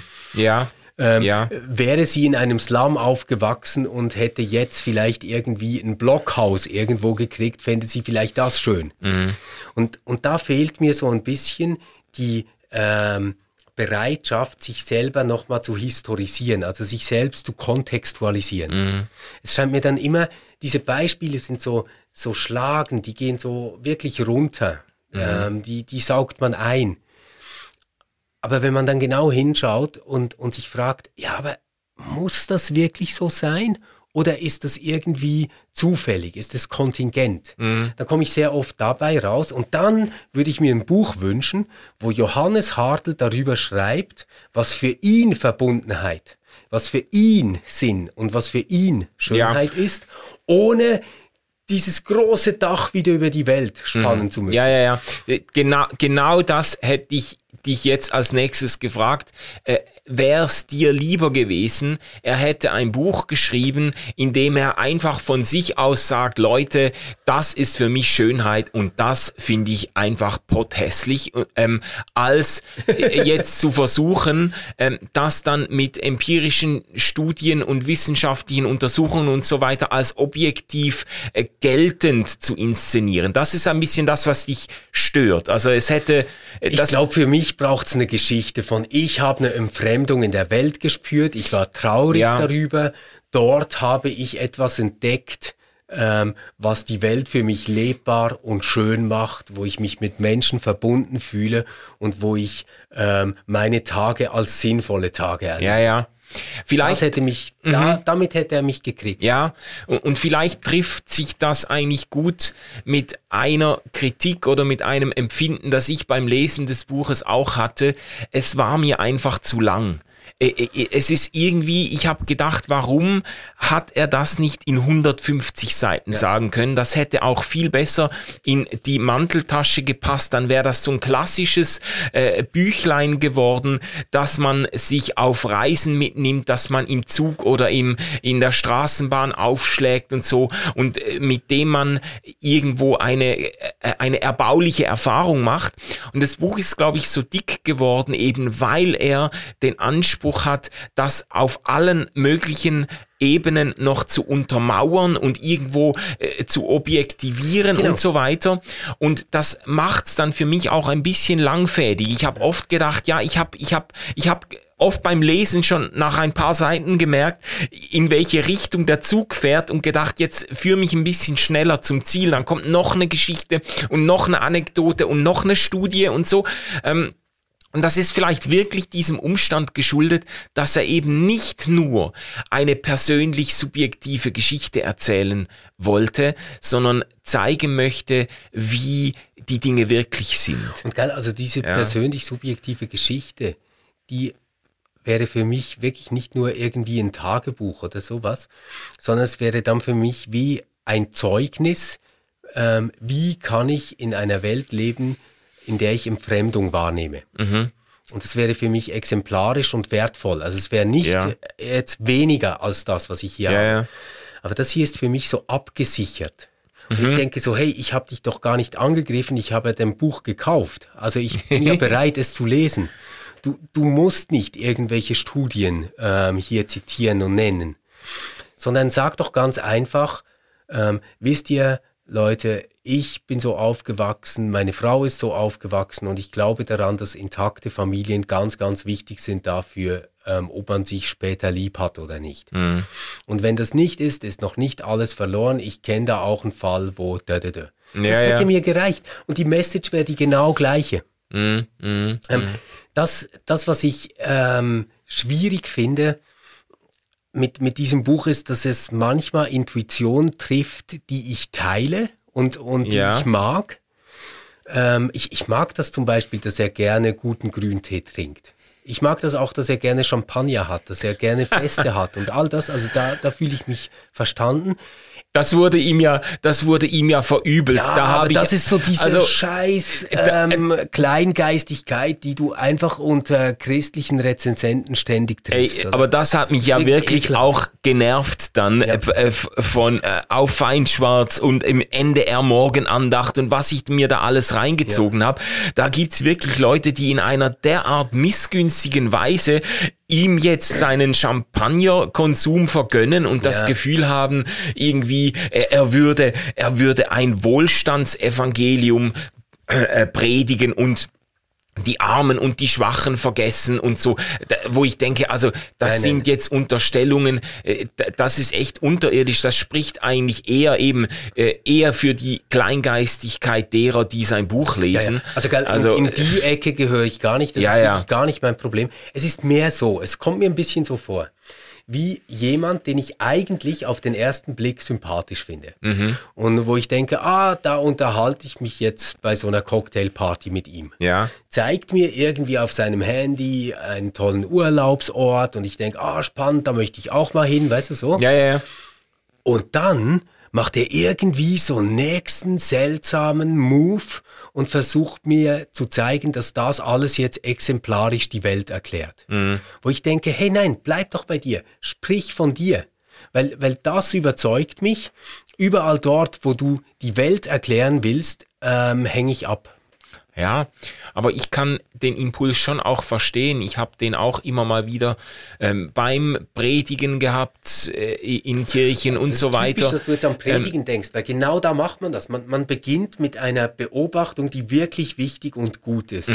Wäre sie in einem Slum aufgewachsen und hätte jetzt vielleicht irgendwie ein Blockhaus irgendwo gekriegt, fände sie vielleicht das schön. Und da fehlt mir so ein bisschen die Bereitschaft, sich selber nochmal zu historisieren, also sich selbst zu kontextualisieren. Es scheint mir dann immer, diese Beispiele sind so schlagend, die gehen so wirklich runter, die saugt man ein. Aber wenn man dann genau hinschaut und sich fragt, aber muss das wirklich so sein? Oder ist das irgendwie zufällig? Ist das kontingent? Dann komme ich sehr oft dabei raus. Und dann würde ich mir ein Buch wünschen, wo Johannes Hartl darüber schreibt, was für ihn Verbundenheit, was für ihn Sinn und was für ihn Schönheit ist, ohne dieses große Dach wieder über die Welt spannen zu müssen. Genau das hätte ich dich jetzt als nächstes gefragt, wäre es dir lieber gewesen, er hätte ein Buch geschrieben, in dem er einfach von sich aus sagt, Leute, das ist für mich Schönheit und das finde ich einfach potthässlich, als jetzt zu versuchen, das dann mit empirischen Studien und wissenschaftlichen Untersuchungen und so weiter als objektiv geltend zu inszenieren. Das ist ein bisschen das, was dich stört. Also es hätte... Ich glaube, für mich braucht es eine Geschichte von, ich habe eine Entfremdung in der Welt gespürt, ich war traurig darüber, dort habe ich etwas entdeckt, was die Welt für mich lebbar und schön macht, wo ich mich mit Menschen verbunden fühle und wo ich meine Tage als sinnvolle Tage erlebe. Ja. Vielleicht, damit hätte er mich gekriegt. Ja, und vielleicht trifft sich das eigentlich gut mit einer Kritik oder mit einem Empfinden, das ich beim Lesen des Buches auch hatte. Es war mir einfach zu lang. Es ist irgendwie, ich habe gedacht, warum hat er das nicht in 150 Seiten sagen können? Das hätte auch viel besser in die Manteltasche gepasst. Dann wäre das so ein klassisches Büchlein geworden, dass man sich auf Reisen mitnimmt, dass man im Zug oder in der Straßenbahn aufschlägt und so und mit dem man irgendwo eine erbauliche Erfahrung macht. Und das Buch ist, glaube ich, so dick geworden, eben weil er den Anspruch hat, das auf allen möglichen Ebenen noch zu untermauern und irgendwo zu objektivieren und so weiter. Und das macht's dann für mich auch ein bisschen langfädig. Ich habe oft gedacht, ich habe oft beim Lesen schon nach ein paar Seiten gemerkt, in welche Richtung der Zug fährt und gedacht, jetzt führ mich ein bisschen schneller zum Ziel. Dann kommt noch eine Geschichte und noch eine Anekdote und noch eine Studie und so. Und das ist vielleicht wirklich diesem Umstand geschuldet, dass er eben nicht nur eine persönlich subjektive Geschichte erzählen wollte, sondern zeigen möchte, wie die Dinge wirklich sind. Und geil, also diese persönlich subjektive Geschichte, die wäre für mich wirklich nicht nur irgendwie ein Tagebuch oder sowas, sondern es wäre dann für mich wie ein Zeugnis, wie kann ich in einer Welt leben, in der ich Entfremdung wahrnehme. Mhm. Und das wäre für mich exemplarisch und wertvoll. Also es wäre nicht jetzt weniger als das, was ich hier habe. Ja. Aber das hier ist für mich so abgesichert. Und ich denke so, hey, ich habe dich doch gar nicht angegriffen, ich habe dein Buch gekauft. Also ich bin ja bereit, es zu lesen. Du musst nicht irgendwelche Studien hier zitieren und nennen, sondern sag doch ganz einfach, wisst ihr, Leute, ich bin so aufgewachsen, meine Frau ist so aufgewachsen und ich glaube daran, dass intakte Familien ganz, ganz wichtig sind dafür, ob man sich später lieb hat oder nicht. Mhm. Und wenn das nicht ist, ist noch nicht alles verloren. Ich kenne da auch einen Fall, wo Das hätte mir gereicht. Und die Message wäre die genau gleiche. Das, was ich schwierig finde mit diesem Buch ist, dass es manchmal Intuition trifft, die ich teile und die ich mag. Ich mag das zum Beispiel, dass er gerne guten Grüntee trinkt. Ich mag das auch, dass er gerne Champagner hat, dass er gerne Feste hat und all das. Also da fühle ich mich verstanden. Das wurde ihm ja verübelt. Ja, aber das ist so diese scheiß Kleingeistigkeit, die du einfach unter christlichen Rezensenten ständig triffst. Aber das hat mich ja wirklich auch genervt dann von Auf Feinschwarz und im NDR Morgenandacht und was ich mir da alles reingezogen habe. Da gibt's wirklich Leute, die in einer derart missgünstigen Weise ihm jetzt seinen Champagnerkonsum vergönnen und das Gefühl haben, irgendwie er würde ein Wohlstandsevangelium predigen und die Armen und die Schwachen vergessen und so, wo ich denke, also das sind jetzt Unterstellungen, das ist echt unterirdisch, das spricht eigentlich eher für die Kleingeistigkeit derer, die sein Buch lesen. Ja. Also in die Ecke gehöre ich gar nicht, das ist wirklich gar nicht mein Problem. Es ist mehr so, es kommt mir ein bisschen so vor, wie jemand, den ich eigentlich auf den ersten Blick sympathisch finde. Mhm. Und wo ich denke, da unterhalte ich mich jetzt bei so einer Cocktailparty mit ihm. Ja. Zeigt mir irgendwie auf seinem Handy einen tollen Urlaubsort und ich denke, spannend, da möchte ich auch mal hin, weißt du so? Ja. Und dann macht er irgendwie so einen nächsten seltsamen Move und versucht mir zu zeigen, dass das alles jetzt exemplarisch die Welt erklärt. Wo ich denke, hey nein, bleib doch bei dir, sprich von dir. Weil das überzeugt mich. Überall dort, wo du die Welt erklären willst, hänge ich ab. Ja, aber ich kann den Impuls schon auch verstehen. Ich habe den auch immer mal wieder beim Predigen gehabt, in Kirchen und so weiter. Das ist typisch, dass du jetzt am Predigen denkst, weil genau da macht man das. Man beginnt mit einer Beobachtung, die wirklich wichtig und gut ist.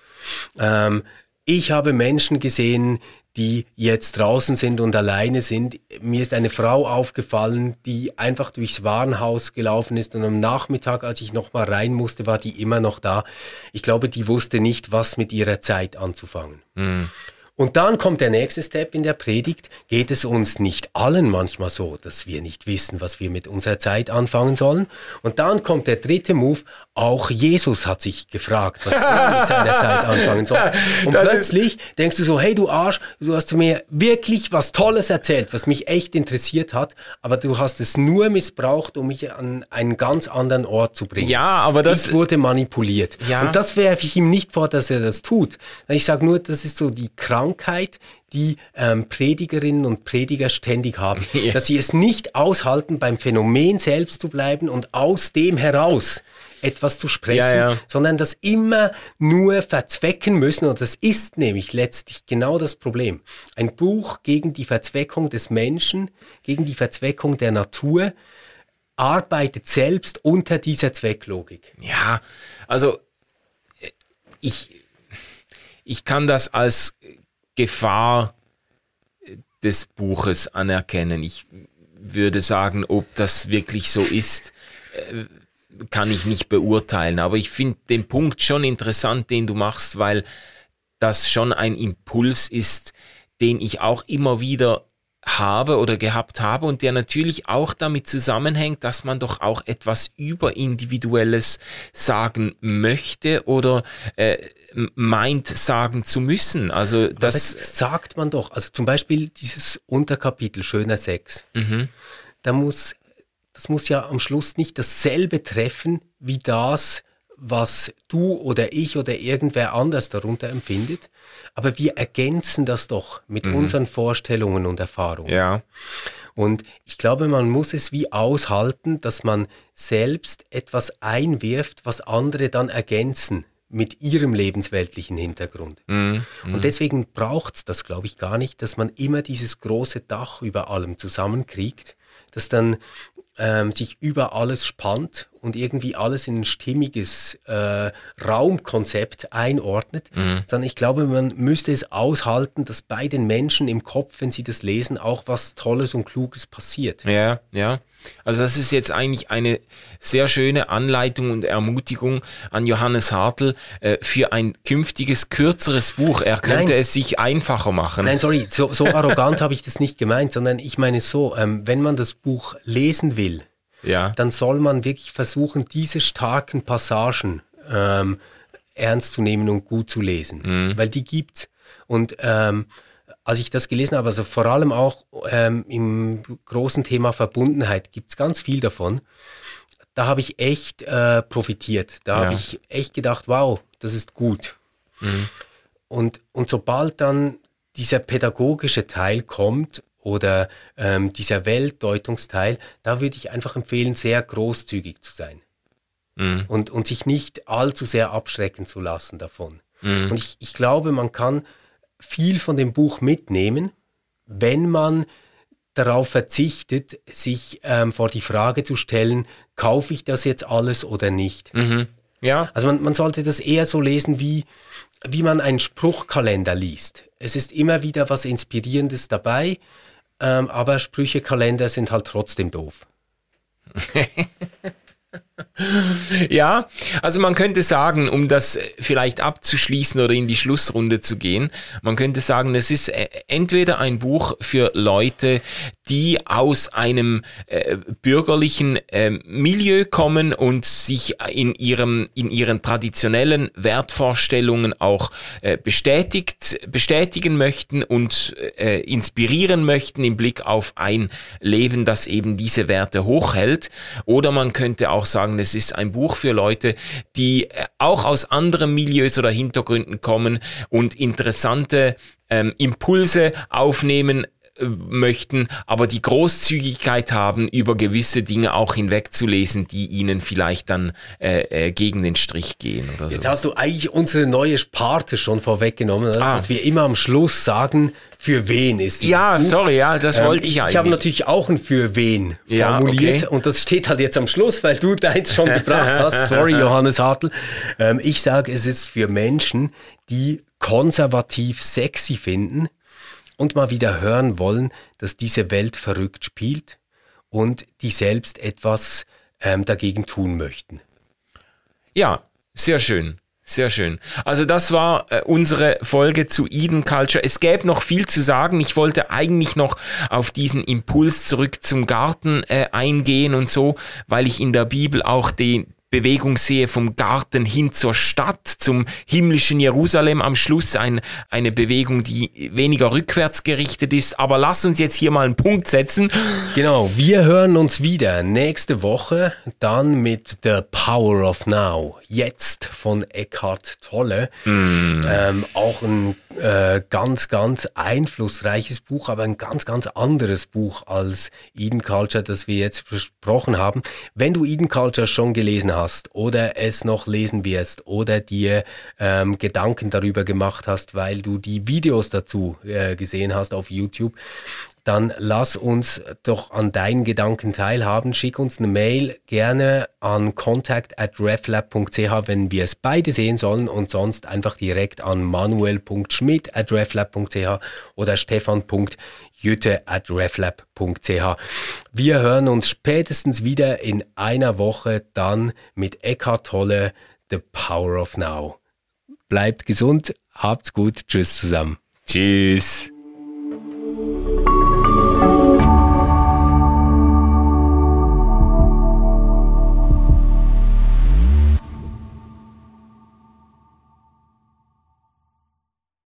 Ich habe Menschen gesehen, die jetzt draußen sind und alleine sind. Mir ist eine Frau aufgefallen, die einfach durchs Warenhaus gelaufen ist und am Nachmittag, als ich noch mal rein musste, war die immer noch da. Ich glaube, die wusste nicht, was mit ihrer Zeit anzufangen. Und dann kommt der nächste Step in der Predigt. Geht es uns nicht allen manchmal so, dass wir nicht wissen, was wir mit unserer Zeit anfangen sollen? Und dann kommt der dritte Move. Auch Jesus hat sich gefragt, was er mit seiner Zeit anfangen soll. Und plötzlich denkst du so, hey du Arsch, du hast mir wirklich was Tolles erzählt, was mich echt interessiert hat, aber du hast es nur missbraucht, um mich an einen ganz anderen Ort zu bringen. Ja, aber das... Ich wurde manipuliert. Ja. Und das werfe ich ihm nicht vor, dass er das tut. Ich sage nur, das ist so die Krankheit, die Predigerinnen und Prediger ständig haben. Ja. Dass sie es nicht aushalten, beim Phänomen selbst zu bleiben und aus dem heraus etwas zu sprechen, sondern das immer nur verzwecken müssen. Und das ist nämlich letztlich genau das Problem. Ein Buch gegen die Verzweckung des Menschen, gegen die Verzweckung der Natur, arbeitet selbst unter dieser Zwecklogik. Ja, also ich kann das als Gefahr des Buches anerkennen. Ich würde sagen, ob das wirklich so ist, kann ich nicht beurteilen. Aber ich finde den Punkt schon interessant, den du machst, weil das schon ein Impuls ist, den ich auch immer wieder habe oder gehabt habe und der natürlich auch damit zusammenhängt, dass man doch auch etwas Überindividuelles sagen möchte oder meint sagen zu müssen. Also das sagt man doch. Also zum Beispiel dieses Unterkapitel Schöner Sex. Das muss ja am Schluss nicht dasselbe treffen wie das, was du oder ich oder irgendwer anders darunter empfindet. Aber wir ergänzen das doch mit unseren Vorstellungen und Erfahrungen. Ja. Und ich glaube, man muss es wie aushalten, dass man selbst etwas einwirft, was andere dann ergänzen mit ihrem lebensweltlichen Hintergrund. Und deswegen braucht es das, glaube ich, gar nicht, dass man immer dieses große Dach über allem zusammenkriegt, das dann sich über alles spannt und irgendwie alles in ein stimmiges Raumkonzept einordnet, sondern ich glaube, man müsste es aushalten, dass bei den Menschen im Kopf, wenn sie das lesen, auch was Tolles und Kluges passiert. Ja, ja. Also das ist jetzt eigentlich eine sehr schöne Anleitung und Ermutigung an Johannes Hartl für ein künftiges, kürzeres Buch. Er könnte es sich einfacher machen. Nein, sorry, so arrogant habe ich das nicht gemeint, sondern ich meine so, wenn man das Buch lesen will, dann soll man wirklich versuchen, diese starken Passagen ernst zu nehmen und gut zu lesen. Weil die gibt's. Und als ich das gelesen habe, also vor allem auch im großen Thema Verbundenheit, gibt es ganz viel davon. Da habe ich echt profitiert. Da habe ich echt gedacht, wow, das ist gut. Und sobald dann dieser pädagogische Teil kommt oder dieser Weltdeutungsteil, da würde ich einfach empfehlen, sehr großzügig zu sein. Und sich nicht allzu sehr abschrecken zu lassen davon. Und ich glaube, man kann viel von dem Buch mitnehmen, wenn man darauf verzichtet, sich vor die Frage zu stellen, kaufe ich das jetzt alles oder nicht? Ja. Also man sollte das eher so lesen, wie man einen Spruchkalender liest. Es ist immer wieder was Inspirierendes dabei, aber Sprüchekalender sind halt trotzdem doof. Ja, also man könnte sagen, um das vielleicht abzuschließen oder in die Schlussrunde zu gehen, man könnte sagen, es ist entweder ein Buch für Leute, die aus einem bürgerlichen Milieu kommen und sich in ihren traditionellen Wertvorstellungen auch bestätigen möchten und inspirieren möchten im Blick auf ein Leben, das eben diese Werte hochhält. Oder man könnte auch sagen, es ist ein Buch für Leute, die auch aus anderen Milieus oder Hintergründen kommen und interessante Impulse aufnehmen möchten, aber die Großzügigkeit haben, über gewisse Dinge auch hinwegzulesen, die ihnen vielleicht dann gegen den Strich gehen oder so. Jetzt hast du eigentlich unsere neue Sparte schon vorweggenommen, dass wir immer am Schluss sagen, für wen ist dieses Buch? Sorry, das wollte ich eigentlich. Ich habe natürlich auch ein für wen formuliert und das steht halt jetzt am Schluss, weil du deins schon gebracht hast. Sorry, Johannes Hartl. Ich sage, es ist für Menschen, die konservativ sexy finden und mal wieder hören wollen, dass diese Welt verrückt spielt und die selbst etwas dagegen tun möchten. Ja, sehr schön. Sehr schön. Also das war unsere Folge zu Eden Culture. Es gäbe noch viel zu sagen. Ich wollte eigentlich noch auf diesen Impuls zurück zum Garten eingehen und so, weil ich in der Bibel auch die Bewegung sehe vom Garten hin zur Stadt, zum himmlischen Jerusalem. Am Schluss eine Bewegung, die weniger rückwärts gerichtet ist. Aber lass uns jetzt hier mal einen Punkt setzen. Genau, wir hören uns wieder nächste Woche dann mit The Power of Now. Jetzt von Eckhart Tolle. Auch ein ganz, ganz einflussreiches Buch, aber ein ganz, ganz anderes Buch als Eden Culture, das wir jetzt besprochen haben. Wenn du Eden Culture schon gelesen hast oder es noch lesen wirst oder dir Gedanken darüber gemacht hast, weil du die Videos dazu gesehen hast auf YouTube, dann lass uns doch an deinen Gedanken teilhaben. Schick uns eine Mail gerne an contact@reflab.ch, wenn wir es beide sehen sollen, und sonst einfach direkt an manuel.schmidt@reflab.ch oder stefan.jütte@reflab.ch. Wir hören uns spätestens wieder in einer Woche dann mit Eckhart Tolle, The Power of Now. Bleibt gesund, habt's gut, tschüss zusammen. Tschüss.